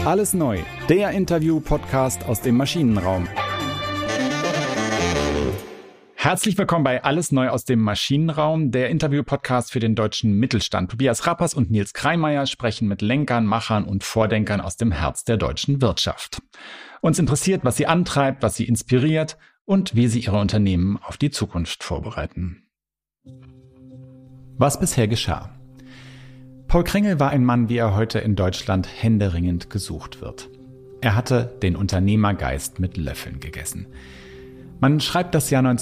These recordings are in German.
Alles neu, der Interview-Podcast aus dem Maschinenraum. Herzlich willkommen bei Alles neu aus dem Maschinenraum, der Interview-Podcast für den deutschen Mittelstand. Tobias Rappers und Nils Kreimeier sprechen mit Lenkern, Machern und Vordenkern aus dem Herz der deutschen Wirtschaft. Uns interessiert, was sie antreibt, was sie inspiriert und wie sie ihre Unternehmen auf die Zukunft vorbereiten. Was bisher geschah. Paul Krengel war ein Mann, wie er heute in Deutschland händeringend gesucht wird. Er hatte den Unternehmergeist mit Löffeln gegessen. Man schreibt das Jahr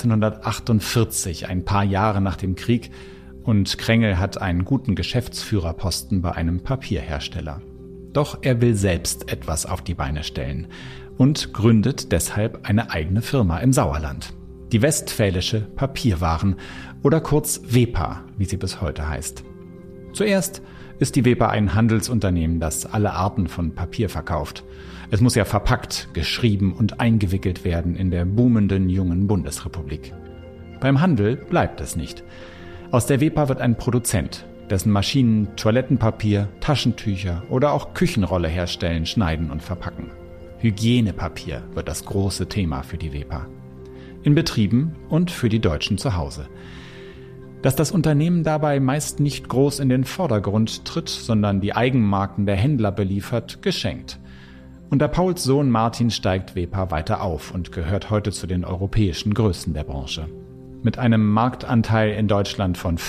1948, ein paar Jahre nach dem Krieg, und Krengel hat einen guten Geschäftsführerposten bei einem Papierhersteller. Doch er will selbst etwas auf die Beine stellen und gründet deshalb eine eigene Firma im Sauerland. Die Westfälische Papierwaren oder kurz WEPA, wie sie bis heute heißt. Zuerst ist die WEPA ein Handelsunternehmen, das alle Arten von Papier verkauft. Es muss ja verpackt, geschrieben und eingewickelt werden in der boomenden jungen Bundesrepublik. Beim Handel bleibt es nicht. Aus der WEPA wird ein Produzent, dessen Maschinen Toilettenpapier, Taschentücher oder auch Küchenrolle herstellen, schneiden und verpacken. Hygienepapier wird das große Thema für die WEPA. In Betrieben und für die Deutschen zu Hause. Dass das Unternehmen dabei meist nicht groß in den Vordergrund tritt, sondern die Eigenmarken der Händler beliefert, geschenkt. Unter Pauls Sohn Martin steigt WEPA weiter auf und gehört heute zu den europäischen Größen der Branche. Mit einem Marktanteil in Deutschland von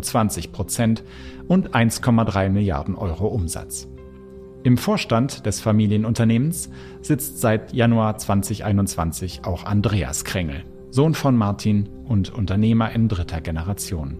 25% und 1,3 Milliarden Euro Umsatz. Im Vorstand des Familienunternehmens sitzt seit Januar 2021 auch Andreas Krengel, Sohn von Martin und Unternehmer in dritter Generation.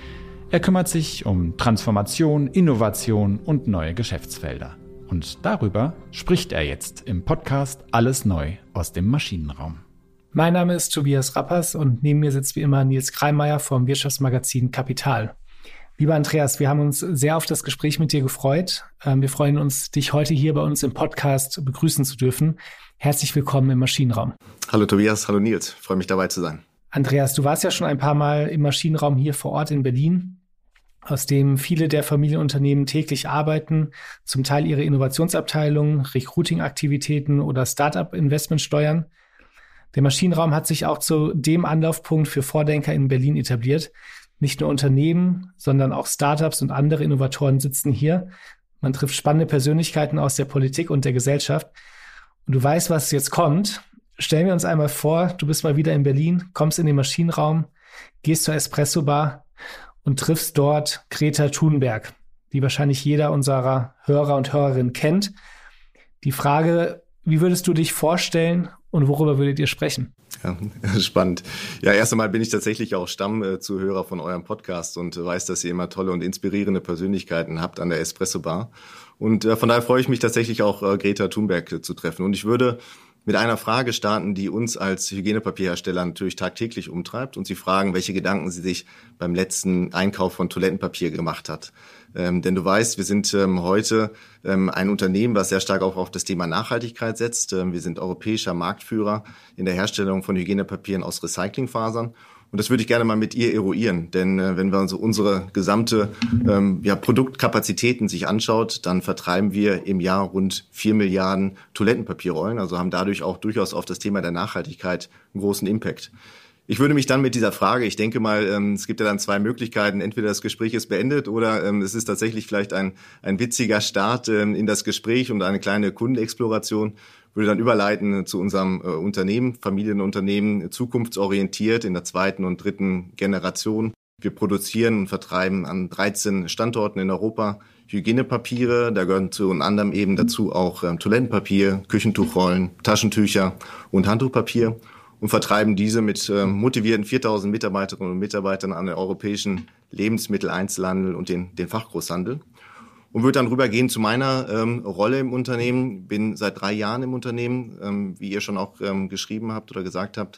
Er kümmert sich um Transformation, Innovation und neue Geschäftsfelder. Und darüber spricht er jetzt im Podcast Alles neu aus dem Maschinenraum. Mein Name ist Tobias Rappers und neben mir sitzt wie immer Nils Kreimeier vom Wirtschaftsmagazin Kapital. Lieber Andreas, wir haben uns sehr auf das Gespräch mit dir gefreut. Wir freuen uns, dich heute hier bei uns im Podcast begrüßen zu dürfen. Herzlich willkommen im Maschinenraum. Hallo Tobias, hallo Nils, freue mich dabei zu sein. Andreas, du warst ja schon ein paar Mal im Maschinenraum hier vor Ort in Berlin, aus dem viele der Familienunternehmen täglich arbeiten, zum Teil ihre Innovationsabteilungen, Recruiting-Aktivitäten oder Start-up-Investment steuern. Der Maschinenraum hat sich auch zu dem Anlaufpunkt für Vordenker in Berlin etabliert. Nicht nur Unternehmen, sondern auch Startups und andere Innovatoren sitzen hier. Man trifft spannende Persönlichkeiten aus der Politik und der Gesellschaft. Und du weißt, was jetzt kommt. Stellen wir uns einmal vor, du bist mal wieder in Berlin, kommst in den Maschinenraum, gehst zur Espresso-Bar und triffst dort Greta Thunberg, die wahrscheinlich jeder unserer Hörer und Hörerinnen kennt. Die Frage, wie würdest du dich vorstellen und worüber würdet ihr sprechen? Ja, spannend. Ja, erst einmal bin ich tatsächlich auch Stammzuhörer von eurem Podcast und weiß, dass ihr immer tolle und inspirierende Persönlichkeiten habt an der Espresso-Bar. Und von daher freue ich mich tatsächlich auch, Greta Thunberg zu treffen. Und ich würde mit einer Frage starten, die uns als Hygienepapierhersteller natürlich tagtäglich umtreibt, und sie fragen, welche Gedanken sie sich beim letzten Einkauf von Toilettenpapier gemacht hat. Denn du weißt, wir sind heute ein Unternehmen, was sehr stark auch auf das Thema Nachhaltigkeit setzt. Wir sind europäischer Marktführer in der Herstellung von Hygienepapieren aus Recyclingfasern. Und das würde ich gerne mal mit ihr eruieren, denn wenn man so unsere gesamte Produktkapazitäten sich anschaut, dann vertreiben wir im Jahr rund 4 Milliarden Toilettenpapierrollen, also haben dadurch auch durchaus auf das Thema der Nachhaltigkeit einen großen Impact. Ich würde mich dann mit dieser Frage, ich denke mal, es gibt ja dann zwei Möglichkeiten, entweder das Gespräch ist beendet oder es ist tatsächlich vielleicht ein witziger Start in das Gespräch und eine kleine Kundenexploration, würde dann überleiten zu unserem Unternehmen, Familienunternehmen, zukunftsorientiert in der zweiten und dritten Generation. Wir produzieren und vertreiben an 13 Standorten in Europa Hygienepapiere. Da gehören zu anderem eben dazu auch Toilettenpapier, Küchentuchrollen, Taschentücher und Handtuchpapier und vertreiben diese mit motivierten 4.000 Mitarbeiterinnen und Mitarbeitern an den europäischen Lebensmitteleinzelhandel und den Fachgroßhandel. Und würde dann rübergehen zu meiner Rolle im Unternehmen. Bin seit 3 Jahren im Unternehmen, wie ihr schon auch geschrieben habt oder gesagt habt,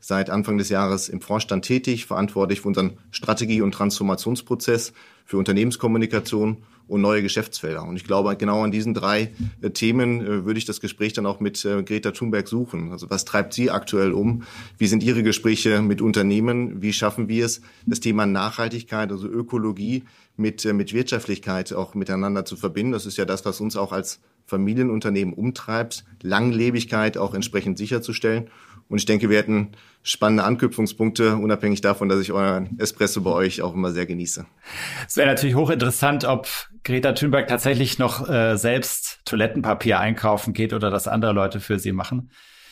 seit Anfang des Jahres im Vorstand tätig, verantwortlich für unseren Strategie- und Transformationsprozess, für Unternehmenskommunikation und neue Geschäftsfelder. Und ich glaube, genau an diesen 3 Themen würde ich das Gespräch dann auch mit Greta Thunberg suchen. Also was treibt sie aktuell um? Wie sind Ihre Gespräche mit Unternehmen? Wie schaffen wir es, das Thema Nachhaltigkeit, also Ökologie, mit Wirtschaftlichkeit auch miteinander zu verbinden? Das ist ja das, was uns auch als Familienunternehmen umtreibt, Langlebigkeit auch entsprechend sicherzustellen. Und ich denke, wir hätten spannende Anknüpfungspunkte, unabhängig davon, dass ich euren Espresso bei euch auch immer sehr genieße. Es wäre natürlich hochinteressant, ob Greta Thunberg tatsächlich noch selbst Toilettenpapier einkaufen geht oder das andere Leute für sie machen.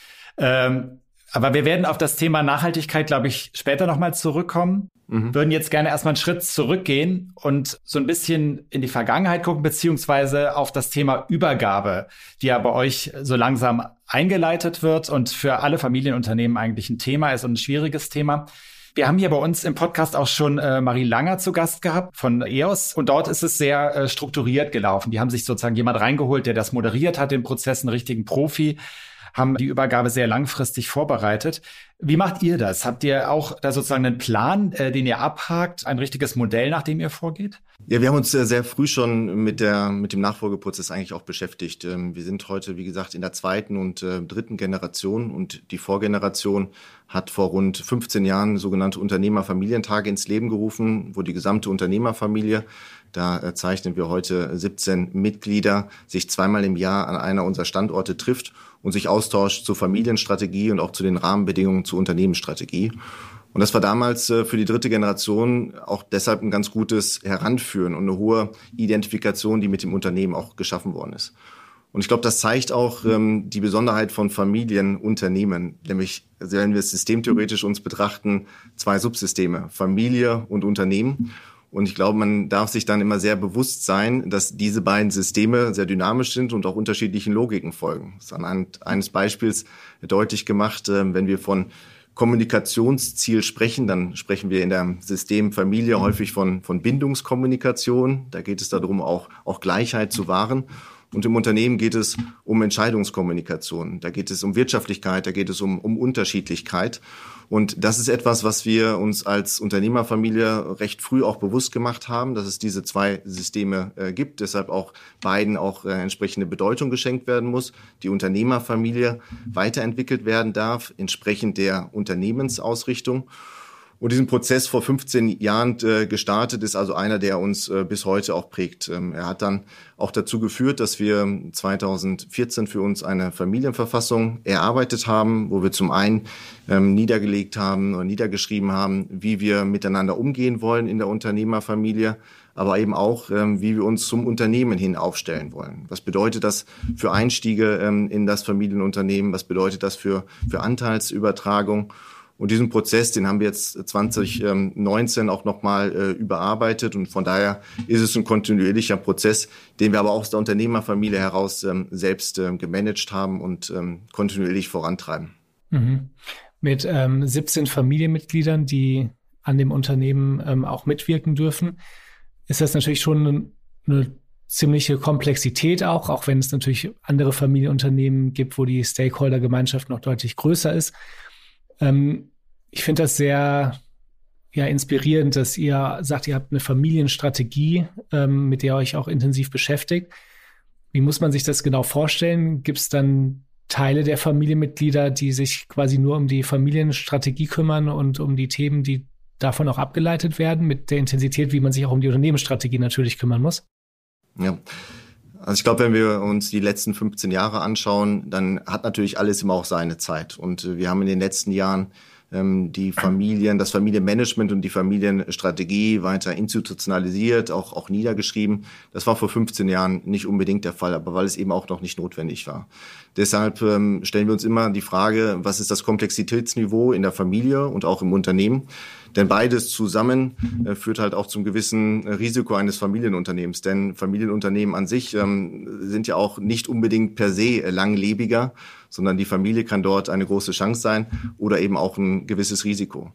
Aber wir werden auf das Thema Nachhaltigkeit, glaube ich, später nochmal zurückkommen. Würden jetzt gerne erstmal einen Schritt zurückgehen und so ein bisschen in die Vergangenheit gucken, beziehungsweise auf das Thema Übergabe, die ja bei euch so langsam eingeleitet wird und für alle Familienunternehmen eigentlich ein Thema ist und ein schwieriges Thema. Wir haben hier bei uns im Podcast auch schon Marie Langer zu Gast gehabt von EOS und dort ist es sehr strukturiert gelaufen. Die haben sich sozusagen jemand reingeholt, der das moderiert hat, den Prozess, einen richtigen Profi, haben die Übergabe sehr langfristig vorbereitet. Wie macht ihr das? Habt ihr auch da sozusagen einen Plan, den ihr abhakt, ein richtiges Modell, nach dem ihr vorgeht? Ja, wir haben uns sehr früh schon mit dem Nachfolgeprozess eigentlich auch beschäftigt. Wir sind heute, wie gesagt, in der 2. und 3. Generation und die Vorgeneration hat vor rund 15 Jahren sogenannte Unternehmerfamilientage ins Leben gerufen, wo die gesamte Unternehmerfamilie, da zeichnen wir heute 17 Mitglieder, sich zweimal im Jahr an einer unserer Standorte trifft und sich austauscht zur Familienstrategie und auch zu den Rahmenbedingungen zur Unternehmensstrategie. Und das war damals für die 3. Generation auch deshalb ein ganz gutes Heranführen und eine hohe Identifikation, die mit dem Unternehmen auch geschaffen worden ist. Und ich glaube, das zeigt auch die Besonderheit von Familienunternehmen, nämlich, wenn wir es systemtheoretisch uns betrachten, 2 Subsysteme, Familie und Unternehmen. Und ich glaube, man darf sich dann immer sehr bewusst sein, dass diese beiden Systeme sehr dynamisch sind und auch unterschiedlichen Logiken folgen. Das ist anhand eines Beispiels deutlich gemacht, wenn wir von Kommunikationsziel sprechen, dann sprechen wir in der Systemfamilie häufig von Bindungskommunikation. Da geht es darum, auch Gleichheit zu wahren. Und im Unternehmen geht es um Entscheidungskommunikation. Da geht es um Wirtschaftlichkeit, da geht es um Unterschiedlichkeit. Und das ist etwas, was wir uns als Unternehmerfamilie recht früh auch bewusst gemacht haben, dass es diese 2 Systeme gibt, deshalb auch beiden auch entsprechende Bedeutung geschenkt werden muss. Die Unternehmerfamilie weiterentwickelt werden darf, entsprechend der Unternehmensausrichtung. Und diesen Prozess vor 15 Jahren gestartet ist also einer, der uns bis heute auch prägt. Er hat dann auch dazu geführt, dass wir 2014 für uns eine Familienverfassung erarbeitet haben, wo wir zum einen niedergelegt haben oder niedergeschrieben haben, wie wir miteinander umgehen wollen in der Unternehmerfamilie, aber eben auch, wie wir uns zum Unternehmen hin aufstellen wollen. Was bedeutet das für Einstiege in das Familienunternehmen? Was bedeutet das für Anteilsübertragung? Und diesen Prozess, den haben wir jetzt 2019 auch nochmal überarbeitet. Und von daher ist es ein kontinuierlicher Prozess, den wir aber auch aus der Unternehmerfamilie heraus selbst gemanagt haben und kontinuierlich vorantreiben. Mhm. Mit 17 Familienmitgliedern, die an dem Unternehmen auch mitwirken dürfen, ist das natürlich schon eine ziemliche Komplexität auch wenn es natürlich andere Familienunternehmen gibt, wo die Stakeholder-Gemeinschaft noch deutlich größer ist. Ich finde das sehr inspirierend, dass ihr sagt, ihr habt eine Familienstrategie, mit der ihr euch auch intensiv beschäftigt. Wie muss man sich das genau vorstellen? Gibt es dann Teile der Familienmitglieder, die sich quasi nur um die Familienstrategie kümmern und um die Themen, die davon auch abgeleitet werden, mit der Intensität, wie man sich auch um die Unternehmensstrategie natürlich kümmern muss? Ja. Also ich glaube, wenn wir uns die letzten 15 Jahre anschauen, dann hat natürlich alles immer auch seine Zeit. Und wir haben in den letzten Jahren das Familienmanagement und die Familienstrategie weiter institutionalisiert, auch niedergeschrieben. Das war vor 15 Jahren nicht unbedingt der Fall, aber weil es eben auch noch nicht notwendig war. Deshalb stellen wir uns immer die Frage, was ist das Komplexitätsniveau in der Familie und auch im Unternehmen? Denn beides zusammen führt halt auch zum gewissen Risiko eines Familienunternehmens. Denn Familienunternehmen an sich sind ja auch nicht unbedingt per se langlebiger, sondern die Familie kann dort eine große Chance sein oder eben auch ein gewisses Risiko.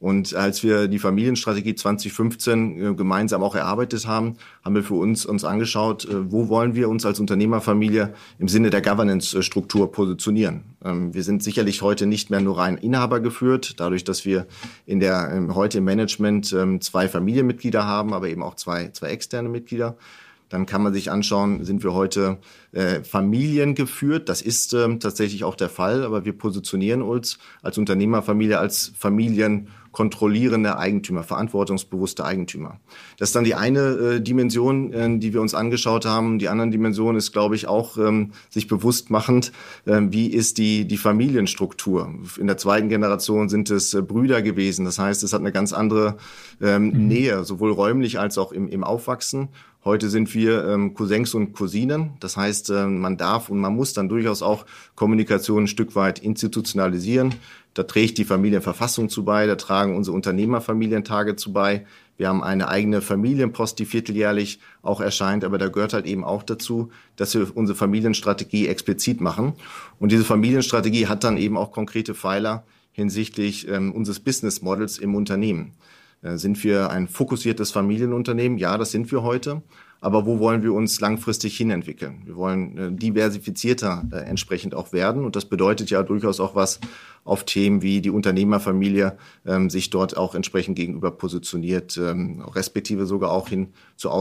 Und als wir die Familienstrategie 2015 gemeinsam auch erarbeitet haben, haben wir für uns angeschaut, wo wollen wir uns als Unternehmerfamilie im Sinne der Governance-Struktur positionieren. Wir sind sicherlich heute nicht mehr nur rein Inhaber geführt, dadurch, dass wir heute im Management 2 Familienmitglieder haben, aber eben auch zwei externe Mitglieder. Dann kann man sich anschauen, sind wir heute familiengeführt. Das ist tatsächlich auch der Fall, aber wir positionieren uns als Unternehmerfamilie als familienkontrollierende Eigentümer, verantwortungsbewusste Eigentümer. Das ist dann die eine Dimension, die wir uns angeschaut haben. Die andere Dimension ist, glaube ich, auch sich bewusst machend, wie ist die Familienstruktur. In der zweiten Generation sind es Brüder gewesen. Das heißt, es hat eine ganz andere Nähe, sowohl räumlich als auch im Aufwachsen. Heute sind wir Cousins und Cousinen. Das heißt, man darf und man muss dann durchaus auch Kommunikation ein Stück weit institutionalisieren. Da trägt die Familienverfassung zu bei, da tragen unsere Unternehmerfamilientage zu bei. Wir haben eine eigene Familienpost, die vierteljährlich auch erscheint, aber da gehört halt eben auch dazu, dass wir unsere Familienstrategie explizit machen. Und diese Familienstrategie hat dann eben auch konkrete Pfeiler hinsichtlich unseres Business Models im Unternehmen. Sind wir ein fokussiertes Familienunternehmen? Ja, das sind wir heute. Aber wo wollen wir uns langfristig hinentwickeln? Wir wollen diversifizierter entsprechend auch werden. Und das bedeutet ja durchaus auch was auf Themen wie die Unternehmerfamilie sich dort auch entsprechend gegenüber positioniert, respektive sogar auch hin zu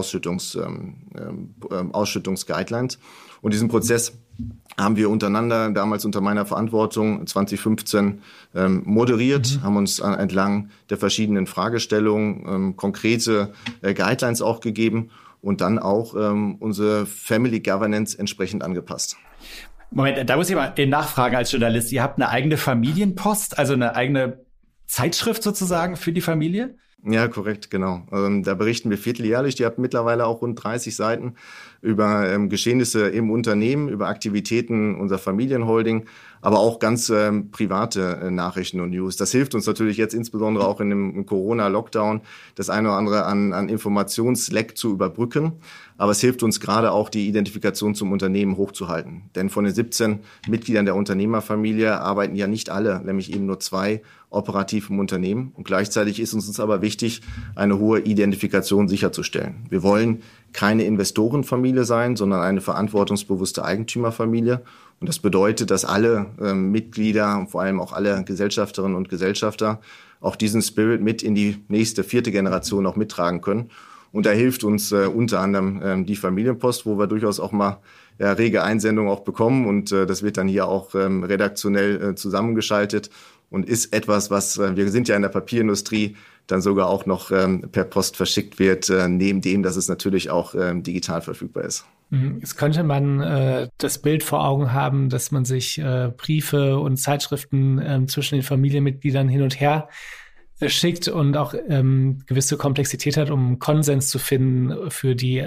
Ausschüttungsguidelines. Und diesen Prozess haben wir untereinander, damals unter meiner Verantwortung, 2015 moderiert, haben uns entlang der verschiedenen Fragestellungen konkrete Guidelines auch gegeben und dann auch unsere Family Governance entsprechend angepasst. Moment, da muss ich mal nachfragen als Journalist. Ihr habt eine eigene Familienpost, also eine eigene Zeitschrift sozusagen für die Familie? Ja, korrekt, genau. Da berichten wir vierteljährlich. Die hat mittlerweile auch rund 30 Seiten über Geschehnisse im Unternehmen, über Aktivitäten unserer Familienholding, aber auch ganz private Nachrichten und News. Das hilft uns natürlich jetzt insbesondere auch in dem Corona-Lockdown, das eine oder andere an Informationsleck zu überbrücken. Aber es hilft uns gerade auch, die Identifikation zum Unternehmen hochzuhalten. Denn von den 17 Mitgliedern der Unternehmerfamilie arbeiten ja nicht alle, nämlich eben nur 2 operativ im Unternehmen. Und gleichzeitig ist uns aber wichtig, eine hohe Identifikation sicherzustellen. Wir wollen keine Investorenfamilie sein, sondern eine verantwortungsbewusste Eigentümerfamilie. Und das bedeutet, dass alle Mitglieder, vor allem auch alle Gesellschafterinnen und Gesellschafter, auch diesen Spirit mit in die nächste 4. Generation auch mittragen können. Und da hilft uns unter anderem die Familienpost, wo wir durchaus auch mal rege Einsendungen auch bekommen. Und das wird dann hier auch redaktionell zusammengeschaltet und ist etwas, was, wir sind ja in der Papierindustrie, dann sogar auch noch per Post verschickt wird, neben dem, dass es natürlich auch digital verfügbar ist. Jetzt könnte man das Bild vor Augen haben, dass man sich Briefe und Zeitschriften zwischen den Familienmitgliedern hin und her schickt und auch gewisse Komplexität hat, um Konsens zu finden für die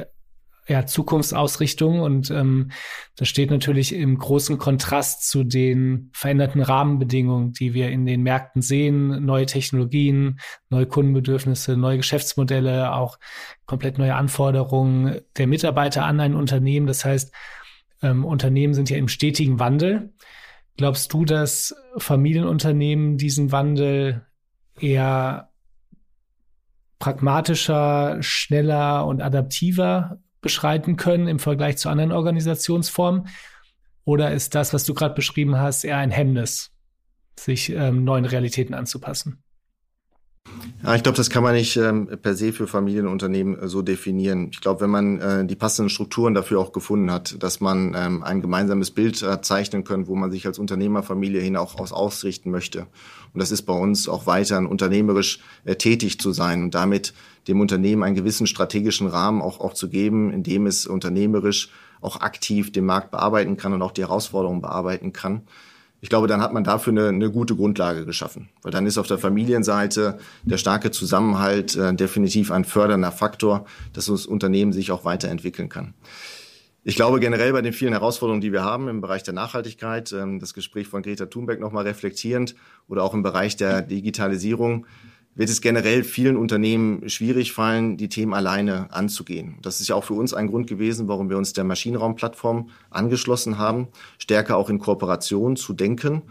Zukunftsausrichtung. Und das steht natürlich im großen Kontrast zu den veränderten Rahmenbedingungen, die wir in den Märkten sehen. Neue Technologien, neue Kundenbedürfnisse, neue Geschäftsmodelle, auch komplett neue Anforderungen der Mitarbeiter an ein Unternehmen. Das heißt, Unternehmen sind ja im stetigen Wandel. Glaubst du, dass Familienunternehmen diesen Wandel eher pragmatischer, schneller und adaptiver beschreiten können im Vergleich zu anderen Organisationsformen? Oder ist das, was du gerade beschrieben hast, eher ein Hemmnis, sich neuen Realitäten anzupassen? Ja, ich glaube, das kann man nicht per se für Familienunternehmen so definieren. Ich glaube, wenn man die passenden Strukturen dafür auch gefunden hat, dass man ein gemeinsames Bild zeichnen kann, wo man sich als Unternehmerfamilie hin auch ausrichten möchte. Und das ist bei uns auch weiterhin unternehmerisch tätig zu sein und damit dem Unternehmen einen gewissen strategischen Rahmen auch zu geben, in dem es unternehmerisch auch aktiv den Markt bearbeiten kann und auch die Herausforderungen bearbeiten kann. Ich glaube, dann hat man dafür eine gute Grundlage geschaffen. Weil dann ist auf der Familienseite der starke Zusammenhalt definitiv ein fördernder Faktor, dass das Unternehmen sich auch weiterentwickeln kann. Ich glaube generell bei den vielen Herausforderungen, die wir haben im Bereich der Nachhaltigkeit, das Gespräch von Greta Thunberg nochmal reflektierend oder auch im Bereich der Digitalisierung, wird es generell vielen Unternehmen schwierig fallen, die Themen alleine anzugehen. Das ist ja auch für uns ein Grund gewesen, warum wir uns der Maschinenraumplattform angeschlossen haben, stärker auch in Kooperation zu denken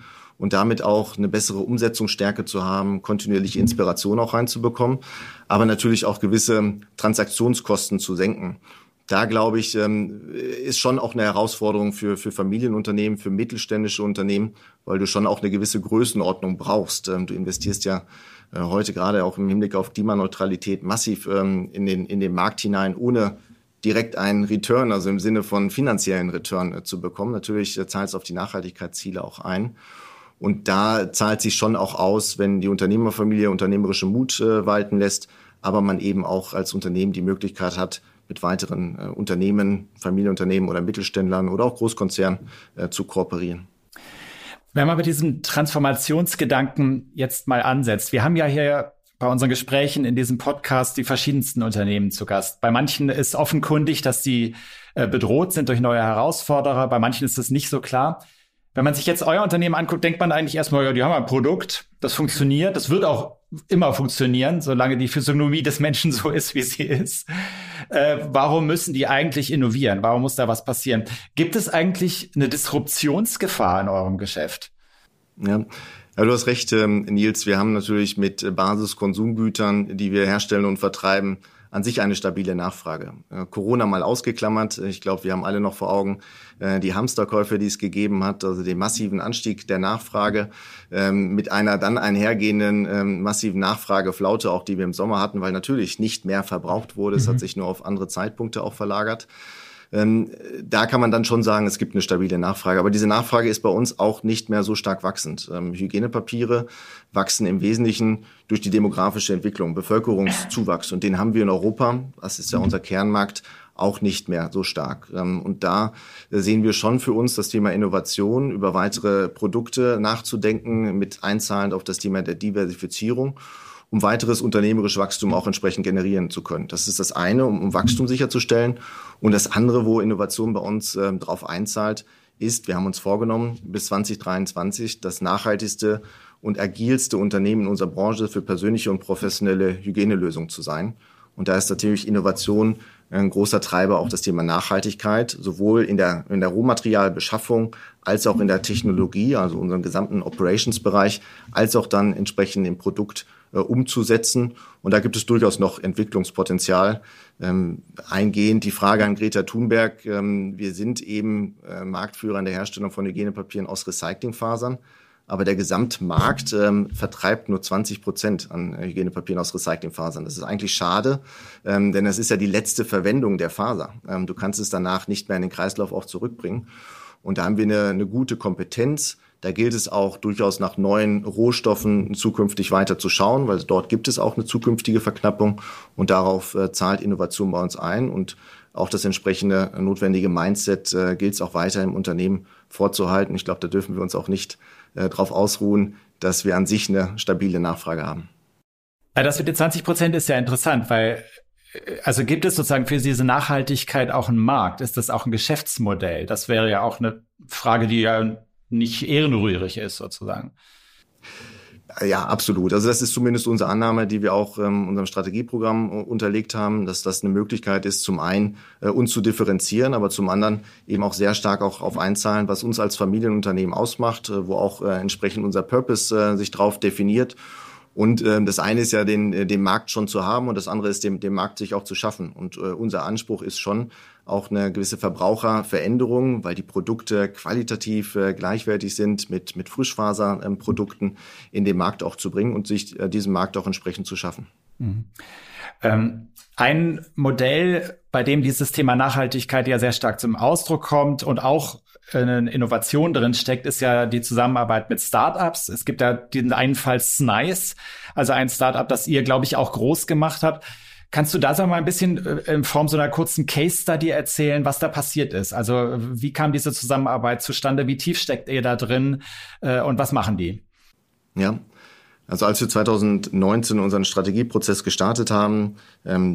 und damit auch eine bessere Umsetzungsstärke zu haben, kontinuierliche Inspiration auch reinzubekommen, aber natürlich auch gewisse Transaktionskosten zu senken. Da, glaube ich, ist schon auch eine Herausforderung für Familienunternehmen, für mittelständische Unternehmen, weil du schon auch eine gewisse Größenordnung brauchst. Du investierst ja heute gerade auch im Hinblick auf Klimaneutralität massiv in den Markt hinein, ohne direkt einen Return, also im Sinne von finanziellen Return zu bekommen. Natürlich zahlt es auf die Nachhaltigkeitsziele auch ein. Und da zahlt sich schon auch aus, wenn die Unternehmerfamilie unternehmerischen Mut walten lässt, aber man eben auch als Unternehmen die Möglichkeit hat, mit weiteren Unternehmen, Familienunternehmen oder Mittelständlern oder auch Großkonzernen zu kooperieren. Wenn man bei diesem Transformationsgedanken jetzt mal ansetzt, wir haben ja hier bei unseren Gesprächen in diesem Podcast die verschiedensten Unternehmen zu Gast. Bei manchen ist offenkundig, dass sie bedroht sind durch neue Herausforderer, bei manchen ist das nicht so klar. Wenn man sich jetzt euer Unternehmen anguckt, denkt man eigentlich erstmal, ja, die haben ein Produkt, das funktioniert, das wird auch immer funktionieren, solange die Physiognomie des Menschen so ist, wie sie ist. Warum müssen die eigentlich innovieren? Warum muss da was passieren? Gibt es eigentlich eine Disruptionsgefahr in eurem Geschäft? Ja, du hast recht, Nils. Wir haben natürlich mit Basiskonsumgütern, die wir herstellen und vertreiben, an sich eine stabile Nachfrage. Corona mal ausgeklammert. Ich glaube, wir haben alle noch vor Augen die Hamsterkäufe, die es gegeben hat, also den massiven Anstieg der Nachfrage mit einer dann einhergehenden massiven Nachfrageflaute, auch die wir im Sommer hatten, weil natürlich nicht mehr verbraucht wurde. Es hat sich nur auf andere Zeitpunkte auch verlagert. Da kann man dann schon sagen, es gibt eine stabile Nachfrage. Aber diese Nachfrage ist bei uns auch nicht mehr so stark wachsend. Hygienepapiere wachsen im Wesentlichen durch die demografische Entwicklung, Bevölkerungszuwachs. Und den haben wir in Europa, das ist ja unser Kernmarkt, auch nicht mehr so stark. Und da sehen wir schon für uns das Thema Innovation, über weitere Produkte nachzudenken, mit einzahlend auf das Thema der Diversifizierung, um weiteres unternehmerisches Wachstum auch entsprechend generieren zu können. Das ist das eine, um Wachstum sicherzustellen. Und das andere, wo Innovation bei uns drauf einzahlt, ist, wir haben uns vorgenommen, bis 2023 das nachhaltigste und agilste Unternehmen in unserer Branche für persönliche und professionelle Hygienelösungen zu sein. Und da ist natürlich Innovation ein großer Treiber, auch das Thema Nachhaltigkeit, sowohl in der Rohmaterialbeschaffung als auch in der Technologie, also unserem gesamten Operations-Bereich, als auch dann entsprechend im Produkt umzusetzen. Und da gibt es durchaus noch Entwicklungspotenzial. Eingehend die Frage an Greta Thunberg. Wir sind eben Marktführer in der Herstellung von Hygienepapieren aus Recyclingfasern. Aber der Gesamtmarkt vertreibt nur 20% an Hygienepapieren aus Recyclingfasern. Das ist eigentlich schade, denn es ist ja die letzte Verwendung der Faser. Du kannst es danach nicht mehr in den Kreislauf auch zurückbringen. Und da haben wir eine gute Kompetenz. Da gilt es auch durchaus nach neuen Rohstoffen zukünftig weiter zu schauen, weil dort gibt es auch eine zukünftige Verknappung. Und darauf zahlt Innovation bei uns ein. Und auch das entsprechende notwendige Mindset gilt es auch weiter im Unternehmen vorzuhalten. Ich glaube, da dürfen wir uns auch nicht darauf ausruhen, dass wir an sich eine stabile Nachfrage haben. Das mit den 20% ist ja interessant, weil also gibt es sozusagen für diese Nachhaltigkeit auch einen Markt? Ist das auch ein Geschäftsmodell? Das wäre ja auch eine Frage, die ja nicht ehrenrührig ist sozusagen. Ja, absolut. Also das ist zumindest unsere Annahme, die wir auch unserem Strategieprogramm unterlegt haben, dass das eine Möglichkeit ist, zum einen uns zu differenzieren, aber zum anderen eben auch sehr stark auch auf einzahlen, was uns als Familienunternehmen ausmacht, wo auch entsprechend unser Purpose sich drauf definiert. Und das eine ist ja, den Markt schon zu haben und das andere ist, dem Markt sich auch zu schaffen. Und unser Anspruch ist schon auch eine gewisse Verbraucherveränderung, weil die Produkte qualitativ gleichwertig sind mit Frischfaserprodukten in den Markt auch zu bringen und sich diesen Markt auch entsprechend zu schaffen. Mhm. Ein Modell, bei dem dieses Thema Nachhaltigkeit ja sehr stark zum Ausdruck kommt und auch eine Innovation drin steckt, ist ja die Zusammenarbeit mit Startups. Es gibt ja den einen Fall Snice, also ein Startup, das ihr, glaube ich, auch groß gemacht habt. Kannst du da so mal ein bisschen in Form so einer kurzen Case-Study erzählen, was da passiert ist? Also wie kam diese Zusammenarbeit zustande? Wie tief steckt ihr da drin? Und was machen die? Ja, also als wir 2019 unseren Strategieprozess gestartet haben,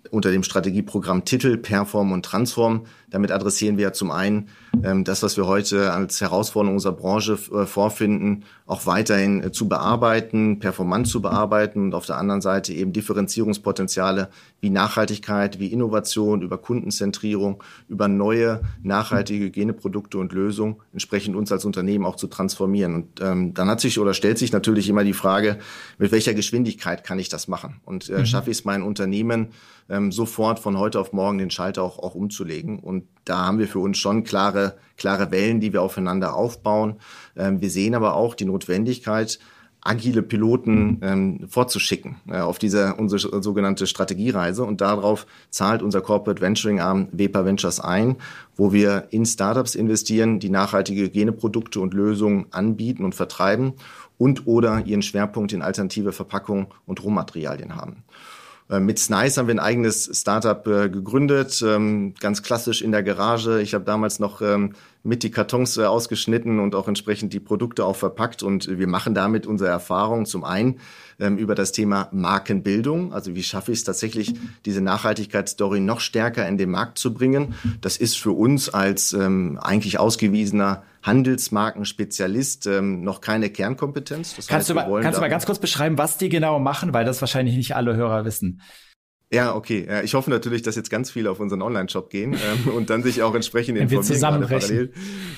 unter dem Strategieprogramm Titel Perform und Transform. Damit adressieren wir zum einen das, was wir heute als Herausforderung unserer Branche vorfinden, auch weiterhin zu bearbeiten, performant zu bearbeiten und auf der anderen Seite eben Differenzierungspotenziale wie Nachhaltigkeit, wie Innovation, über Kundenzentrierung, über neue nachhaltige Hygieneprodukte und Lösungen entsprechend uns als Unternehmen auch zu transformieren. Und dann stellt sich natürlich immer die Frage, mit welcher Geschwindigkeit kann ich das machen? Und schaffe ich es, mein Unternehmen sofort von heute auf morgen den Schalter auch umzulegen? Und da haben wir für uns schon klare Wellen, die wir aufeinander aufbauen. Wir sehen aber auch die Notwendigkeit, agile Piloten vorzuschicken auf unsere sogenannte Strategiereise. Und darauf zahlt unser Corporate Venturing Arm Vepa Ventures ein, wo wir in Startups investieren, die nachhaltige Hygieneprodukte und Lösungen anbieten und vertreiben und oder ihren Schwerpunkt in alternative Verpackungen und Rohmaterialien haben. Mit Snice haben wir ein eigenes Startup gegründet, ganz klassisch in der Garage. Ich habe damals noch mit die Kartons ausgeschnitten und auch entsprechend die Produkte auch verpackt. Und wir machen damit unsere Erfahrungen zum einen über das Thema Markenbildung. Also wie schaffe ich es tatsächlich, diese Nachhaltigkeitsstory noch stärker in den Markt zu bringen? Das ist für uns als eigentlich ausgewiesener Handelsmarkenspezialist noch keine Kernkompetenz. Das heißt, kannst du mal ganz kurz beschreiben, was die genau machen, weil das wahrscheinlich nicht alle Hörer wissen. Ja, okay. Ich hoffe natürlich, dass jetzt ganz viele auf unseren Online-Shop gehen und dann sich auch entsprechend informieren. Wir zusammenbrechen.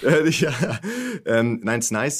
Nein, Snice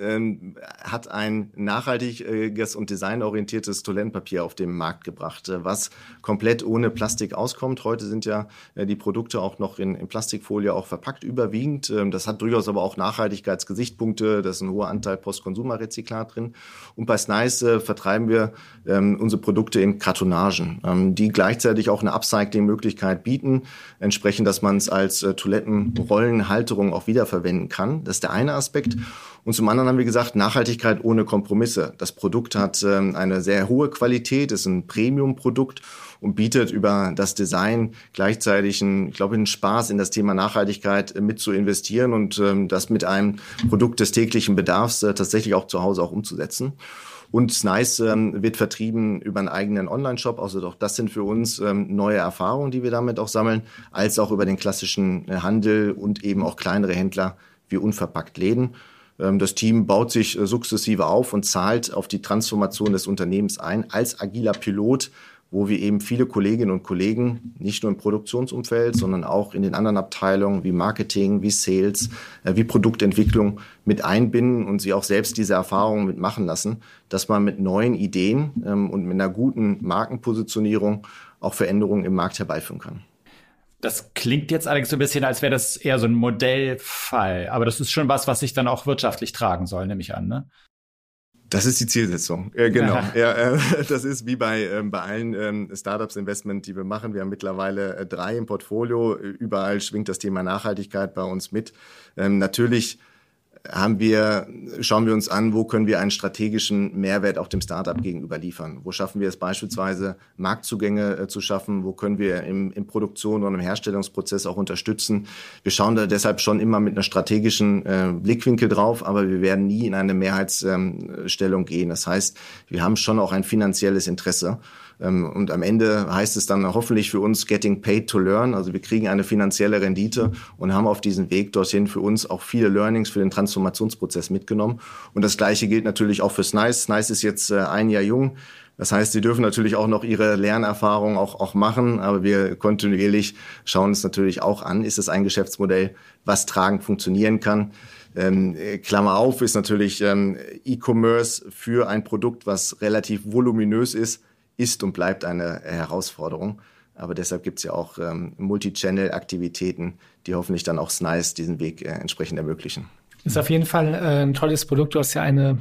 hat ein nachhaltiges und designorientiertes Toilettenpapier auf den Markt gebracht, was komplett ohne Plastik auskommt. Heute sind ja die Produkte auch noch in Plastikfolie auch verpackt überwiegend. Das hat durchaus aber auch Nachhaltigkeitsgesichtspunkte. Da ist ein hoher Anteil Postkonsumerrezyklat drin. Und bei Snice vertreiben wir unsere Produkte in Kartonagen, die gleichzeitig auch eine Upcycling-Möglichkeit bieten, entsprechend, dass man es als Toilettenrollenhalterung auch wiederverwenden kann. Das ist der eine Aspekt. Und zum anderen haben wir gesagt, Nachhaltigkeit ohne Kompromisse. Das Produkt hat eine sehr hohe Qualität, ist ein Premium-Produkt und bietet über das Design gleichzeitig einen Spaß in das Thema Nachhaltigkeit mit zu investieren und das mit einem Produkt des täglichen Bedarfs tatsächlich auch zu Hause auch umzusetzen. Und Snice wird vertrieben über einen eigenen Online-Shop. Also auch das sind für uns neue Erfahrungen, die wir damit auch sammeln, als auch über den klassischen Handel und eben auch kleinere Händler wie unverpackt Läden. Das Team baut sich sukzessive auf und zahlt auf die Transformation des Unternehmens ein als agiler Pilot, wo wir eben viele Kolleginnen und Kollegen nicht nur im Produktionsumfeld, sondern auch in den anderen Abteilungen wie Marketing, wie Sales, wie Produktentwicklung mit einbinden und sie auch selbst diese Erfahrungen mitmachen lassen, dass man mit neuen Ideen und mit einer guten Markenpositionierung auch Veränderungen im Markt herbeiführen kann. Das klingt jetzt allerdings so ein bisschen, als wäre das eher so ein Modellfall. Aber das ist schon was sich dann auch wirtschaftlich tragen soll, nehme ich an, ne? Das ist die Zielsetzung, genau. Ja, das ist wie bei allen Startups Investment, die wir machen. Wir haben mittlerweile 3 im Portfolio. Überall schwingt das Thema Nachhaltigkeit bei uns mit. Natürlich schauen wir uns an, wo können wir einen strategischen Mehrwert auch dem Startup gegenüber liefern? Wo schaffen wir es beispielsweise, Marktzugänge zu schaffen? Wo können wir im Produktion oder im Herstellungsprozess auch unterstützen? Wir schauen da deshalb schon immer mit einer strategischen Blickwinkel drauf, aber wir werden nie in eine Mehrheitsstellung gehen. Das heißt, wir haben schon auch ein finanzielles Interesse. Und am Ende heißt es dann hoffentlich für uns getting paid to learn. Also wir kriegen eine finanzielle Rendite und haben auf diesem Weg dorthin für uns auch viele Learnings für den Transformationsprozess mitgenommen. Und das Gleiche gilt natürlich auch für Snice. Snice ist jetzt 1 Jahr jung. Das heißt, sie dürfen natürlich auch noch ihre Lernerfahrung auch machen. Aber wir kontinuierlich schauen uns natürlich auch an, ist es ein Geschäftsmodell, was tragend funktionieren kann. Klammer auf ist natürlich E-Commerce für ein Produkt, was relativ voluminös ist und bleibt eine Herausforderung. Aber deshalb gibt es ja auch Multi-Channel-Aktivitäten, die hoffentlich dann auch Snice diesen Weg entsprechend ermöglichen. Ist auf jeden Fall ein tolles Produkt. Du hast ja eine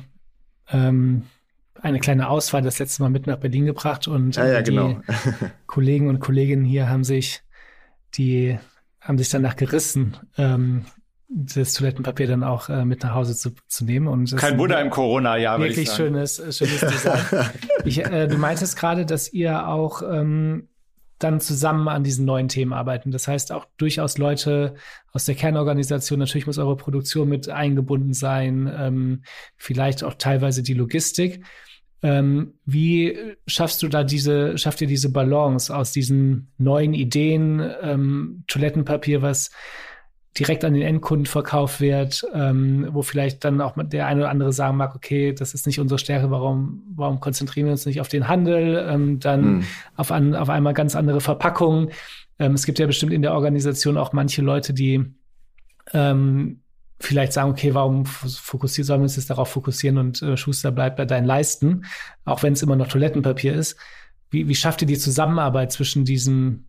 kleine Auswahl das letzte Mal mit nach Berlin gebracht und genau. Die Kollegen und Kolleginnen hier haben sich danach gerissen, das Toilettenpapier dann auch mit nach Hause zu nehmen. Und kein Wunder im Corona-Jahr, würde ich sagen. Wirklich schönes Design. Du meintest gerade, dass ihr auch dann zusammen an diesen neuen Themen arbeiten. Das heißt auch durchaus Leute aus der Kernorganisation, natürlich muss eure Produktion mit eingebunden sein, vielleicht auch teilweise die Logistik. Wie schafft ihr diese Balance aus diesen neuen Ideen, Toilettenpapier, was direkt an den Endkunden verkauft wird, wo vielleicht dann auch der eine oder andere sagen mag, okay, das ist nicht unsere Stärke, warum konzentrieren wir uns nicht auf den Handel, dann auf einmal ganz andere Verpackungen. Es gibt ja bestimmt in der Organisation auch manche Leute, die vielleicht sagen, okay, warum sollen wir uns jetzt darauf fokussieren und Schuster bleibt bei deinen Leisten, auch wenn es immer noch Toilettenpapier ist. Wie schafft ihr die Zusammenarbeit zwischen diesem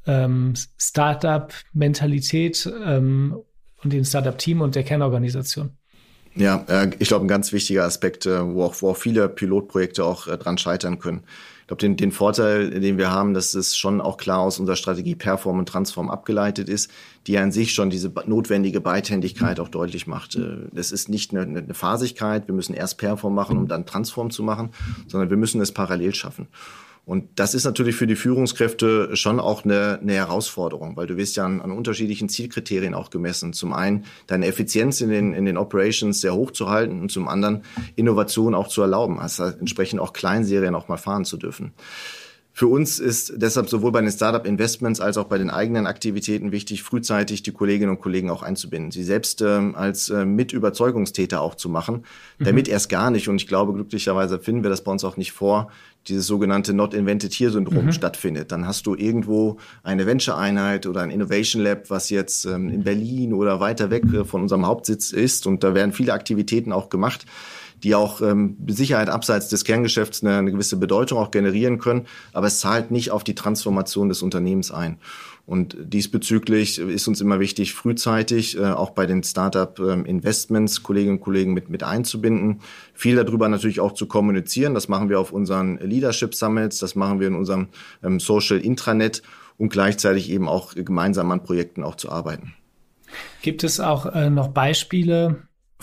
Startup-Mentalität und dem Startup-Team und der Kernorganisation? Ja, ich glaube, ein ganz wichtiger Aspekt, wo auch viele Pilotprojekte auch dran scheitern können. Ich glaube, den Vorteil, den wir haben, dass es schon auch klar aus unserer Strategie Perform und Transform abgeleitet ist, die an sich schon diese notwendige Beidhändigkeit auch deutlich macht. Das ist nicht eine Phasigkeit, wir müssen erst Perform machen, um dann Transform zu machen, sondern wir müssen es parallel schaffen. Und das ist natürlich für die Führungskräfte schon auch eine Herausforderung, weil du wirst ja an unterschiedlichen Zielkriterien auch gemessen. Zum einen deine Effizienz in den Operations sehr hoch zu halten und zum anderen Innovation auch zu erlauben, also entsprechend auch Kleinserien auch mal fahren zu dürfen. Für uns ist deshalb sowohl bei den Startup-Investments als auch bei den eigenen Aktivitäten wichtig, frühzeitig die Kolleginnen und Kollegen auch einzubinden, sie selbst als Mitüberzeugungstäter auch zu machen, damit erst gar nicht, und ich glaube, glücklicherweise finden wir das bei uns auch nicht vor, dieses sogenannte Not-Invented-Here-Syndrom stattfindet. Dann hast du irgendwo eine Venture-Einheit oder ein Innovation Lab, was jetzt in Berlin oder weiter weg von unserem Hauptsitz ist, und da werden viele Aktivitäten auch gemacht, die auch mit Sicherheit abseits des Kerngeschäfts eine gewisse Bedeutung auch generieren können, aber es zahlt nicht auf die Transformation des Unternehmens ein. Und diesbezüglich ist uns immer wichtig, frühzeitig auch bei den Startup-Investments Kolleginnen und Kollegen mit einzubinden, viel darüber natürlich auch zu kommunizieren. Das machen wir auf unseren Leadership Summits, das machen wir in unserem Social Intranet und gleichzeitig eben auch gemeinsam an Projekten auch zu arbeiten. Gibt es auch noch Beispiele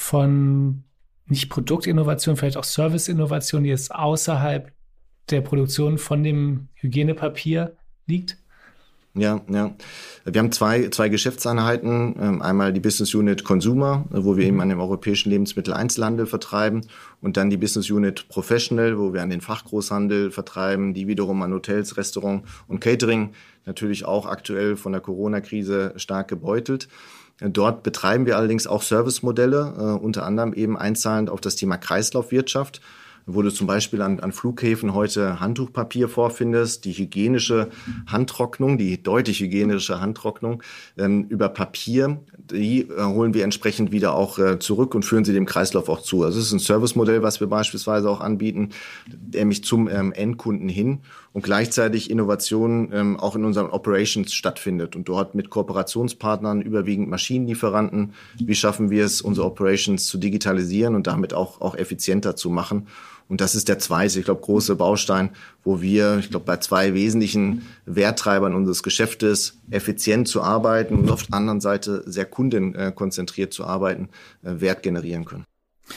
von nicht Produktinnovation, vielleicht auch Serviceinnovation, die jetzt außerhalb der Produktion von dem Hygienepapier liegt? Ja. Wir haben zwei Geschäftseinheiten. Einmal die Business Unit Consumer, wo wir eben an dem europäischen Lebensmitteleinzelhandel vertreiben, und dann die Business Unit Professional, wo wir an den Fachgroßhandel vertreiben, die wiederum an Hotels, Restaurant und Catering, natürlich auch aktuell von der Corona-Krise stark gebeutelt. Dort betreiben wir allerdings auch Servicemodelle, unter anderem eben einzahlend auf das Thema Kreislaufwirtschaft, wo du zum Beispiel an Flughäfen heute Handtuchpapier vorfindest, die hygienische Handtrocknung, die deutlich hygienische Handtrocknung über Papier, die holen wir entsprechend wieder auch zurück und führen sie dem Kreislauf auch zu. Also es ist ein Servicemodell, was wir beispielsweise auch anbieten, nämlich zum Endkunden hin, und gleichzeitig Innovation auch in unseren Operations stattfindet und dort mit Kooperationspartnern, überwiegend Maschinenlieferanten, wie schaffen wir es, unsere Operations zu digitalisieren und damit auch effizienter zu machen. Und das ist der zweite, ich glaube, große Baustein, wo wir, ich glaube, bei zwei wesentlichen Werttreibern unseres Geschäftes effizient zu arbeiten und auf der anderen Seite sehr kundenkonzentriert zu arbeiten, Wert generieren können.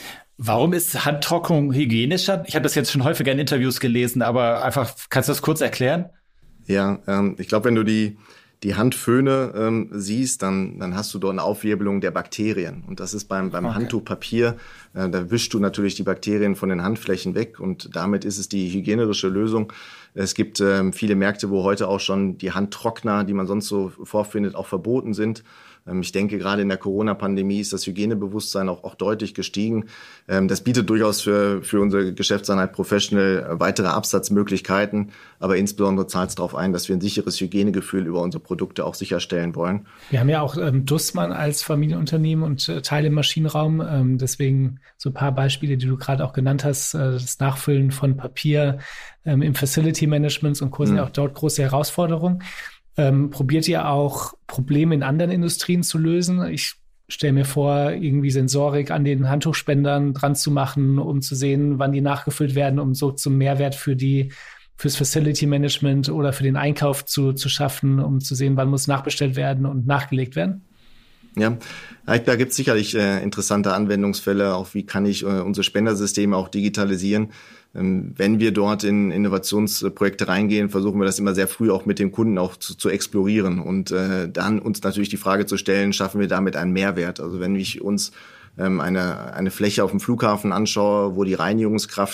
Warum ist Handtrocknung hygienischer? Ich habe das jetzt schon häufiger in Interviews gelesen, aber einfach, kannst du das kurz erklären? Ja, ich glaube, wenn du die Handföhne siehst, dann hast du dort eine Aufwirbelung der Bakterien. Und das ist beim Handtuchpapier, da wischst du natürlich die Bakterien von den Handflächen weg, und damit ist es die hygienische Lösung. Es gibt viele Märkte, wo heute auch schon die Handtrockner, die man sonst so vorfindet, auch verboten sind. Ich denke, gerade in der Corona-Pandemie ist das Hygienebewusstsein auch deutlich gestiegen. Das bietet durchaus für unsere Geschäftseinheit Professional weitere Absatzmöglichkeiten, aber insbesondere zahlt es darauf ein, dass wir ein sicheres Hygienegefühl über unsere Produkte auch sicherstellen wollen. Wir haben ja auch Dussmann als Familienunternehmen und Teile im Maschinenraum. Deswegen so ein paar Beispiele, die du gerade auch genannt hast, das Nachfüllen von Papier im Facility Management und Co. sind ja auch dort große Herausforderungen. Probiert ihr auch Probleme in anderen Industrien zu lösen? Ich stelle mir vor, irgendwie Sensorik an den Handtuchspendern dran zu machen, um zu sehen, wann die nachgefüllt werden, um so zum Mehrwert fürs Facility Management oder für den Einkauf zu schaffen, um zu sehen, wann muss nachbestellt werden und nachgelegt werden? Ja, da gibt es sicherlich interessante Anwendungsfälle, auch wie kann ich unsere Spendersysteme auch digitalisieren. Wenn wir dort in Innovationsprojekte reingehen, versuchen wir das immer sehr früh auch mit dem Kunden auch zu explorieren und dann uns natürlich die Frage zu stellen, schaffen wir damit einen Mehrwert? Also wenn ich uns eine Fläche auf dem Flughafen anschaue, wo die Reinigungskraft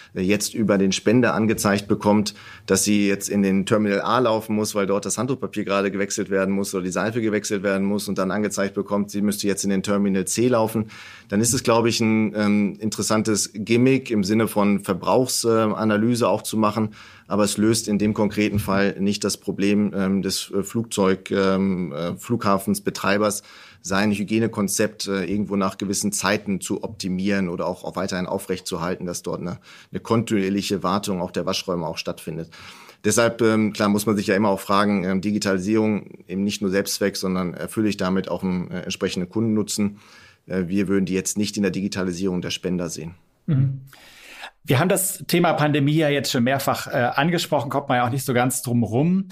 jetzt über den Spender angezeigt bekommt, dass sie jetzt in den Terminal A laufen muss, weil dort das Handtuchpapier gerade gewechselt werden muss oder die Seife gewechselt werden muss und dann angezeigt bekommt, sie müsste jetzt in den Terminal C laufen, dann ist es, glaube ich, ein interessantes Gimmick im Sinne von Verbrauchsanalyse auch zu machen. Aber es löst in dem konkreten Fall nicht das Problem des Flughafensbetreibers, sein Hygienekonzept irgendwo nach gewissen Zeiten zu optimieren oder auch weiterhin aufrechtzuerhalten, dass dort eine kontinuierliche Wartung auch der Waschräume auch stattfindet. Deshalb, klar, muss man sich ja immer auch fragen, Digitalisierung eben nicht nur Selbstzweck, sondern erfülle ich damit auch einen entsprechenden Kundennutzen. Wir würden die jetzt nicht in der Digitalisierung der Spender sehen. Mhm. Wir haben das Thema Pandemie ja jetzt schon mehrfach angesprochen, kommt man ja auch nicht so ganz drum rum.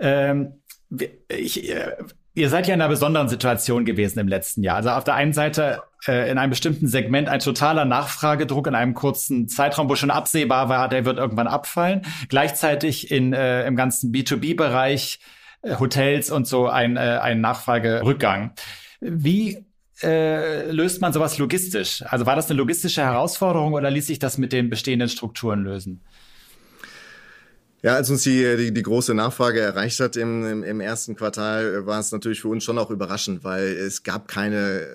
Ihr seid ja in einer besonderen Situation gewesen im letzten Jahr. Also auf der einen Seite in einem bestimmten Segment ein totaler Nachfragedruck in einem kurzen Zeitraum, wo schon absehbar war, der wird irgendwann abfallen. Gleichzeitig im ganzen B2B-Bereich, Hotels und so ein Nachfragerückgang. Wie löst man sowas logistisch? Also war das eine logistische Herausforderung oder ließ sich das mit den bestehenden Strukturen lösen? Ja, als uns die große Nachfrage erreicht hat im ersten Quartal, war es natürlich für uns schon auch überraschend, weil es gab keine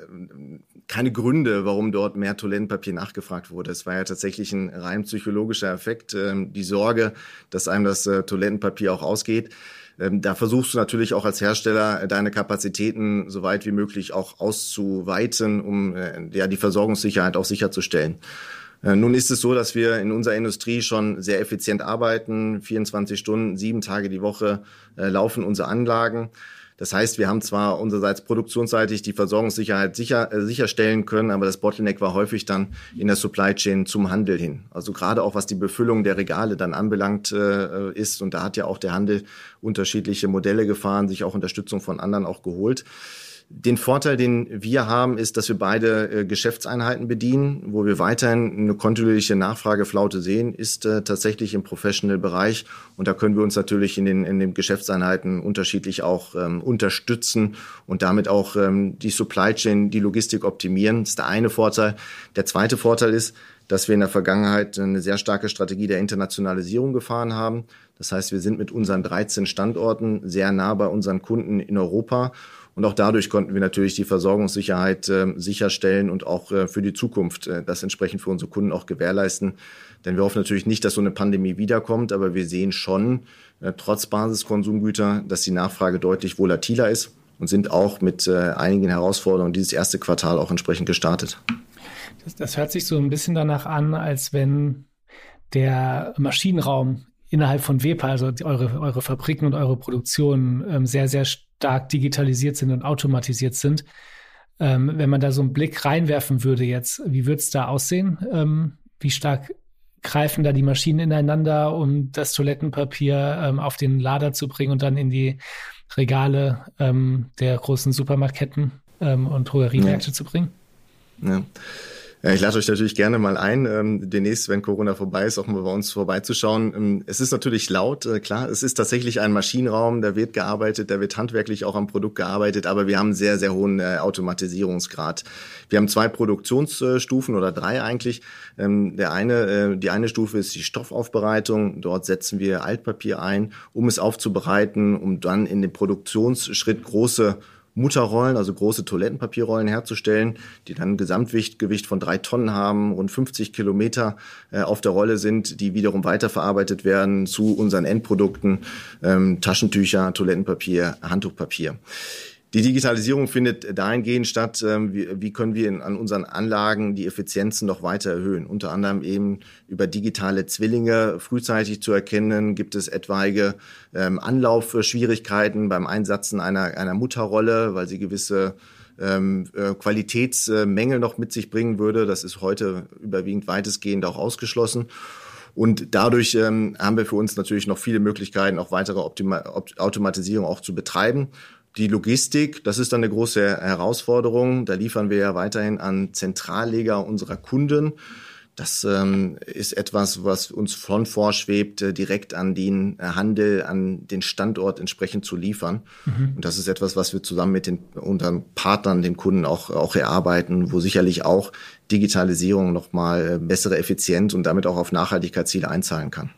Gründe, warum dort mehr Toilettenpapier nachgefragt wurde. Es war ja tatsächlich ein rein psychologischer Effekt, die Sorge, dass einem das Toilettenpapier auch ausgeht. Da versuchst du natürlich auch als Hersteller, deine Kapazitäten so weit wie möglich auch auszuweiten, um die Versorgungssicherheit auch sicherzustellen. Nun ist es so, dass wir in unserer Industrie schon sehr effizient arbeiten. 24 Stunden, 7 Tage die Woche laufen unsere Anlagen. Das heißt, wir haben zwar unsererseits produktionsseitig die Versorgungssicherheit sicherstellen können, aber das Bottleneck war häufig dann in der Supply Chain zum Handel hin. Also gerade auch was die Befüllung der Regale dann anbelangt ist. Und da hat ja auch der Handel unterschiedliche Modelle gefahren, sich auch Unterstützung von anderen auch geholt. Den Vorteil, den wir haben, ist, dass wir beide Geschäftseinheiten bedienen. Wo wir weiterhin eine kontinuierliche Nachfrageflaute sehen, ist tatsächlich im Professional-Bereich. Und da können wir uns natürlich in den Geschäftseinheiten unterschiedlich auch unterstützen und damit auch die Supply Chain, die Logistik optimieren. Das ist der eine Vorteil. Der zweite Vorteil ist, dass wir in der Vergangenheit eine sehr starke Strategie der Internationalisierung gefahren haben. Das heißt, wir sind mit unseren 13 Standorten sehr nah bei unseren Kunden in Europa. Und auch dadurch konnten wir natürlich die Versorgungssicherheit sicherstellen und auch für die Zukunft das entsprechend für unsere Kunden auch gewährleisten. Denn wir hoffen natürlich nicht, dass so eine Pandemie wiederkommt, aber wir sehen schon, trotz Basiskonsumgüter, dass die Nachfrage deutlich volatiler ist und sind auch mit einigen Herausforderungen dieses erste Quartal auch entsprechend gestartet. Das hört sich so ein bisschen danach an, als wenn der Maschinenraum innerhalb von WEPA, also eure Fabriken und eure Produktionen sehr, sehr stark digitalisiert sind und automatisiert sind. Wenn man da so einen Blick reinwerfen würde jetzt, wie würde es da aussehen? Wie stark greifen da die Maschinen ineinander, um das Toilettenpapier auf den Lader zu bringen und dann in die Regale der großen Supermarktketten und Drogeriemärkte zu bringen? Ja. Ja, ich lade euch natürlich gerne mal ein, demnächst, wenn Corona vorbei ist, auch mal bei uns vorbeizuschauen. Es ist natürlich laut, klar, es ist tatsächlich ein Maschinenraum, da wird gearbeitet, da wird handwerklich auch am Produkt gearbeitet, aber wir haben einen sehr, sehr hohen Automatisierungsgrad. Wir haben 2 Produktionsstufen oder 3 eigentlich. Die eine Stufe ist die Stoffaufbereitung. Dort setzen wir Altpapier ein, um es aufzubereiten, um dann in dem Produktionsschritt große Mutterrollen, also große Toilettenpapierrollen herzustellen, die dann ein Gewicht von 3 Tonnen haben, rund 50 Kilometer auf der Rolle sind, die wiederum weiterverarbeitet werden zu unseren Endprodukten, Taschentücher, Toilettenpapier, Handtuchpapier. Die Digitalisierung findet dahingehend statt, wie können wir an unseren Anlagen die Effizienzen noch weiter erhöhen. Unter anderem eben über digitale Zwillinge frühzeitig zu erkennen, gibt es etwaige Anlaufschwierigkeiten beim Einsetzen einer Mutterrolle, weil sie gewisse Qualitätsmängel noch mit sich bringen würde. Das ist heute überwiegend weitestgehend auch ausgeschlossen. Und dadurch haben wir für uns natürlich noch viele Möglichkeiten, auch weitere Automatisierung auch zu betreiben. Die Logistik, das ist dann eine große Herausforderung. Da liefern wir ja weiterhin an Zentralleger unserer Kunden, Das ist etwas, was uns schon vorschwebt, direkt an den Handel, an den Standort entsprechend zu liefern. Und das ist etwas, was wir zusammen mit unseren Partnern, den Kunden auch erarbeiten, wo sicherlich auch Digitalisierung nochmal bessere Effizienz und damit auch auf Nachhaltigkeitsziele einzahlen kann.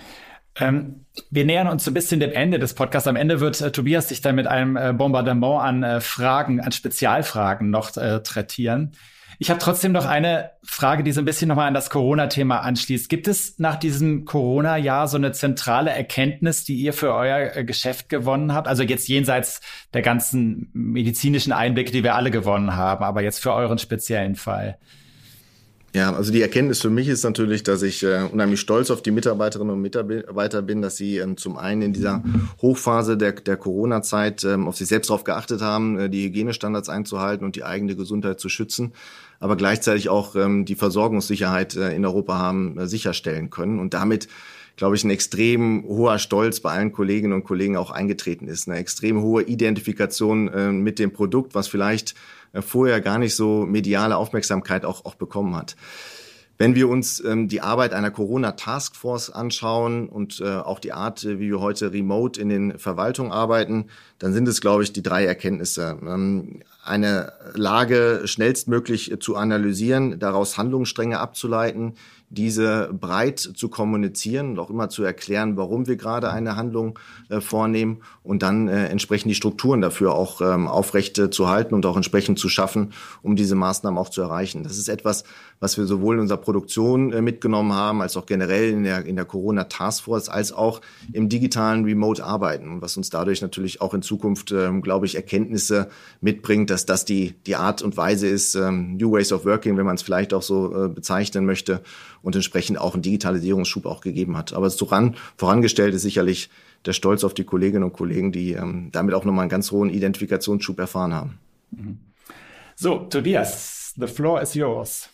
Wir nähern uns so ein bisschen dem Ende des Podcasts. Am Ende wird Tobias sich dann mit einem Bombardement an Fragen, an Spezialfragen noch traktieren. Ich habe trotzdem noch eine Frage, die so ein bisschen nochmal an das Corona-Thema anschließt. Gibt es nach diesem Corona-Jahr so eine zentrale Erkenntnis, die ihr für euer Geschäft gewonnen habt? Also jetzt jenseits der ganzen medizinischen Einblicke, die wir alle gewonnen haben, aber jetzt für euren speziellen Fall. Ja, also die Erkenntnis für mich ist natürlich, dass ich unheimlich stolz auf die Mitarbeiterinnen und Mitarbeiter bin, dass sie zum einen in dieser Hochphase der Corona-Zeit auf sich selbst darauf geachtet haben, die Hygienestandards einzuhalten und die eigene Gesundheit zu schützen, aber gleichzeitig auch die Versorgungssicherheit in Europa haben sicherstellen können und damit, glaube ich, ein extrem hoher Stolz bei allen Kolleginnen und Kollegen auch eingetreten ist. Eine extrem hohe Identifikation mit dem Produkt, was vielleicht vorher gar nicht so mediale Aufmerksamkeit auch bekommen hat. Wenn wir uns die Arbeit einer Corona-Taskforce anschauen und auch die Art, wie wir heute remote in den Verwaltungen arbeiten, dann sind es, glaube ich, die 3 Erkenntnisse. Eine Lage schnellstmöglich zu analysieren, daraus Handlungsstränge abzuleiten, diese breit zu kommunizieren und auch immer zu erklären, warum wir gerade eine Handlung vornehmen und dann entsprechend die Strukturen dafür auch aufrecht zu halten und auch entsprechend zu schaffen, um diese Maßnahmen auch zu erreichen. Das ist etwas, was wir sowohl in unserer Produktion mitgenommen haben, als auch generell in der Corona-Taskforce, als auch im digitalen Remote-Arbeiten und was uns dadurch natürlich auch in Zukunft, glaube ich, Erkenntnisse mitbringt, dass das die Art und Weise ist, New Ways of Working, wenn man es vielleicht auch so bezeichnen möchte, und entsprechend auch einen Digitalisierungsschub auch gegeben hat. Aber vorangestellt ist sicherlich der Stolz auf die Kolleginnen und Kollegen, die damit auch nochmal einen ganz hohen Identifikationsschub erfahren haben. So, Tobias, the floor is yours.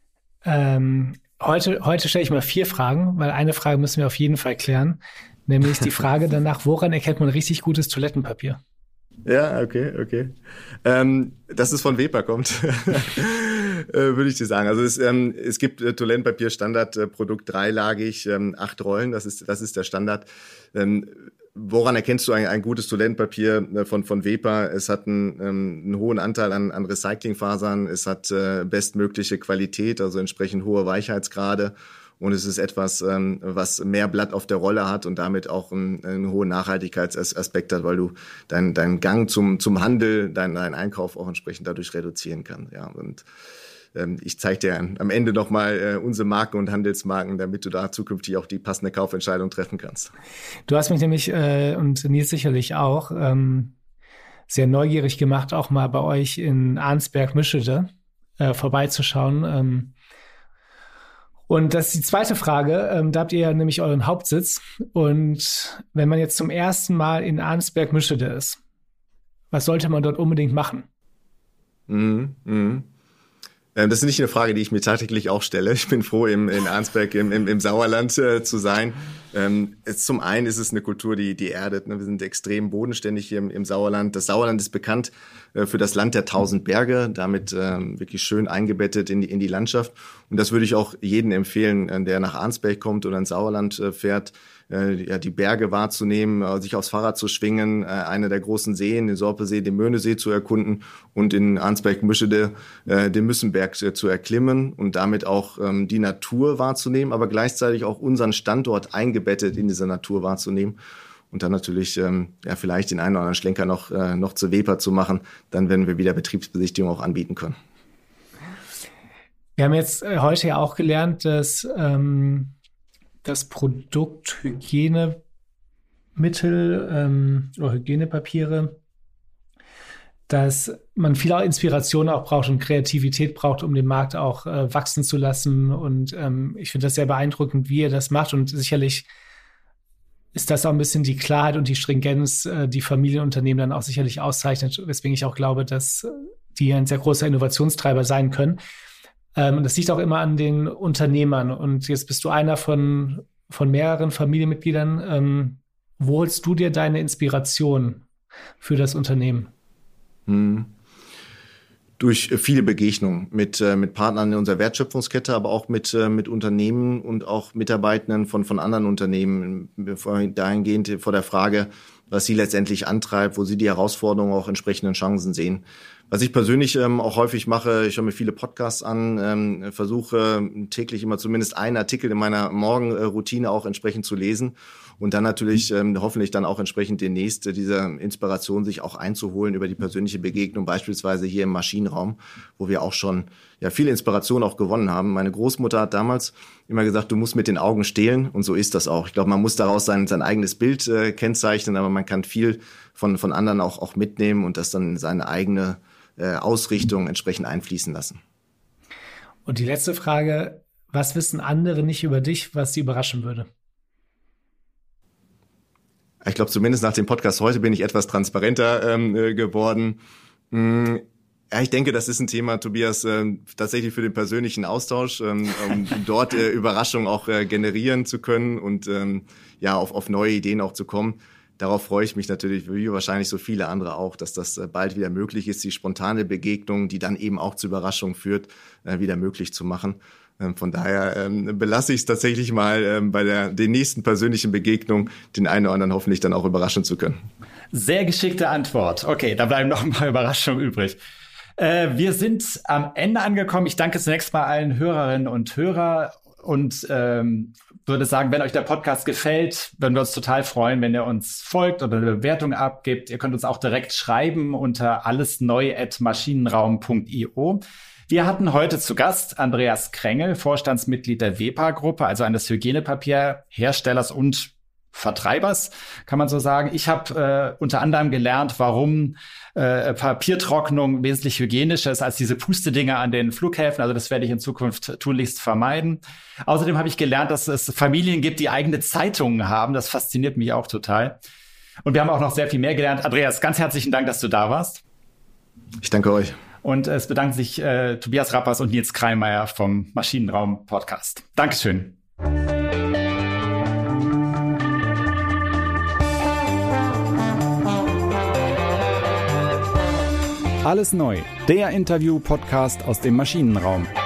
Heute stelle ich mal 4 Fragen, weil eine Frage müssen wir auf jeden Fall klären, nämlich die Frage danach, woran erkennt man richtig gutes Toilettenpapier? Ja, okay. Dass es von Weber kommt, würde ich dir sagen. Also es gibt Toilettenpapier Standard Produkt 3-lagig, 8 Rollen, das ist der Standard. Woran erkennst du ein gutes Toilettenpapier von Weber? Es hat einen hohen Anteil an Recyclingfasern, es hat bestmögliche Qualität, also entsprechend hohe Weichheitsgrade. Und es ist etwas, was mehr Blatt auf der Rolle hat und damit auch einen hohen Nachhaltigkeitsaspekt hat, weil du deinen Gang zum Handel, deinen Einkauf auch entsprechend dadurch reduzieren kannst. Ja, und ich zeige dir am Ende nochmal unsere Marken und Handelsmarken, damit du da zukünftig auch die passende Kaufentscheidung treffen kannst. Du hast mich nämlich, und Nils sicherlich auch, sehr neugierig gemacht, auch mal bei euch in Arnsberg-Mischede vorbeizuschauen. Und das ist die zweite Frage. Da habt ihr ja nämlich euren Hauptsitz. Und wenn man jetzt zum ersten Mal in Arnsberg-Mischede ist, was sollte man dort unbedingt machen? Das ist nicht eine Frage, die ich mir tagtäglich auch stelle. Ich bin froh, in Arnsberg im Sauerland zu sein. Zum einen ist es eine Kultur, die erdet. Wir sind extrem bodenständig hier im Sauerland. Das Sauerland ist bekannt für das Land der 1000 Berge, damit wirklich schön eingebettet in die Landschaft. Und das würde ich auch jedem empfehlen, der nach Arnsberg kommt oder ins Sauerland fährt, die Berge wahrzunehmen, sich aufs Fahrrad zu schwingen, eine der großen Seen, den Sorpesee, den Möhnesee zu erkunden und in Arnsberg-Mischede den Müssenberg zu erklimmen und damit auch die Natur wahrzunehmen, aber gleichzeitig auch unseren Standort eingebettet in dieser Natur wahrzunehmen. Und dann natürlich vielleicht den einen oder anderen Schlenker noch zu Weber zu machen, dann werden wir wieder Betriebsbesichtigung auch anbieten können. Wir haben jetzt heute ja auch gelernt, dass das Produkt Hygienemittel oder Hygienepapiere, dass man viel Inspiration auch braucht und Kreativität braucht, um den Markt auch wachsen zu lassen. Und ich finde das sehr beeindruckend, wie ihr das macht. Und sicherlich ist das auch ein bisschen die Klarheit und die Stringenz, die Familienunternehmen dann auch sicherlich auszeichnet, weswegen ich auch glaube, dass die ein sehr großer Innovationstreiber sein können. Und das liegt auch immer an den Unternehmern. Und jetzt bist du einer von mehreren Familienmitgliedern. Wo holst du dir deine Inspiration für das Unternehmen? durch viele Begegnungen mit Partnern in unserer Wertschöpfungskette, aber auch mit Unternehmen und auch Mitarbeitenden von anderen Unternehmen, dahingehend vor der Frage, was sie letztendlich antreibt, wo sie die Herausforderungen auch entsprechenden Chancen sehen. Was ich persönlich auch häufig mache, ich höre mir viele Podcasts an, versuche täglich immer zumindest einen Artikel in meiner Morgenroutine auch entsprechend zu lesen und dann natürlich hoffentlich dann auch entsprechend demnächst diese Inspiration sich auch einzuholen über die persönliche Begegnung, beispielsweise hier im Maschinenraum, wo wir auch schon viele Inspiration auch gewonnen haben. Meine Großmutter hat damals immer gesagt, du musst mit den Augen stehlen, und so ist das auch. Ich glaube, man muss daraus sein eigenes Bild kennzeichnen, aber man kann viel von anderen auch mitnehmen und das dann in seine eigene Ausrichtung entsprechend einfließen lassen. Und die letzte Frage, was wissen andere nicht über dich, was sie überraschen würde? Ich glaube, zumindest nach dem Podcast heute bin ich etwas transparenter geworden. Ja, ich denke, das ist ein Thema, Tobias, tatsächlich für den persönlichen Austausch, um dort Überraschungen auch generieren zu können und auf neue Ideen auch zu kommen. Darauf freue ich mich natürlich, wie wahrscheinlich so viele andere auch, dass das bald wieder möglich ist, die spontane Begegnung, die dann eben auch zu Überraschungen führt, wieder möglich zu machen. Von daher belasse ich es tatsächlich mal bei den nächsten persönlichen Begegnungen, den einen oder anderen hoffentlich dann auch überraschen zu können. Sehr geschickte Antwort. Okay, da bleiben noch ein paar Überraschungen übrig. Wir sind am Ende angekommen. Ich danke zunächst mal allen Hörerinnen und Hörern und würde sagen, wenn euch der Podcast gefällt, würden wir uns total freuen, wenn ihr uns folgt oder eine Bewertung abgibt. Ihr könnt uns auch direkt schreiben unter allesneu@maschinenraum.io. Wir hatten heute zu Gast Andreas Krengel, Vorstandsmitglied der WEPA-Gruppe, also eines Hygienepapierherstellers und Vertreibers, kann man so sagen. Ich habe unter anderem gelernt, warum Papiertrocknung wesentlich hygienischer ist als diese Pustedinger an den Flughäfen. Also das werde ich in Zukunft tunlichst vermeiden. Außerdem habe ich gelernt, dass es Familien gibt, die eigene Zeitungen haben. Das fasziniert mich auch total. Und wir haben auch noch sehr viel mehr gelernt. Andreas, ganz herzlichen Dank, dass du da warst. Ich danke euch. Und es bedanken sich Tobias Rappers und Nils Kreimeier vom Maschinenraum-Podcast. Dankeschön. Alles neu, der Interview-Podcast aus dem Maschinenraum.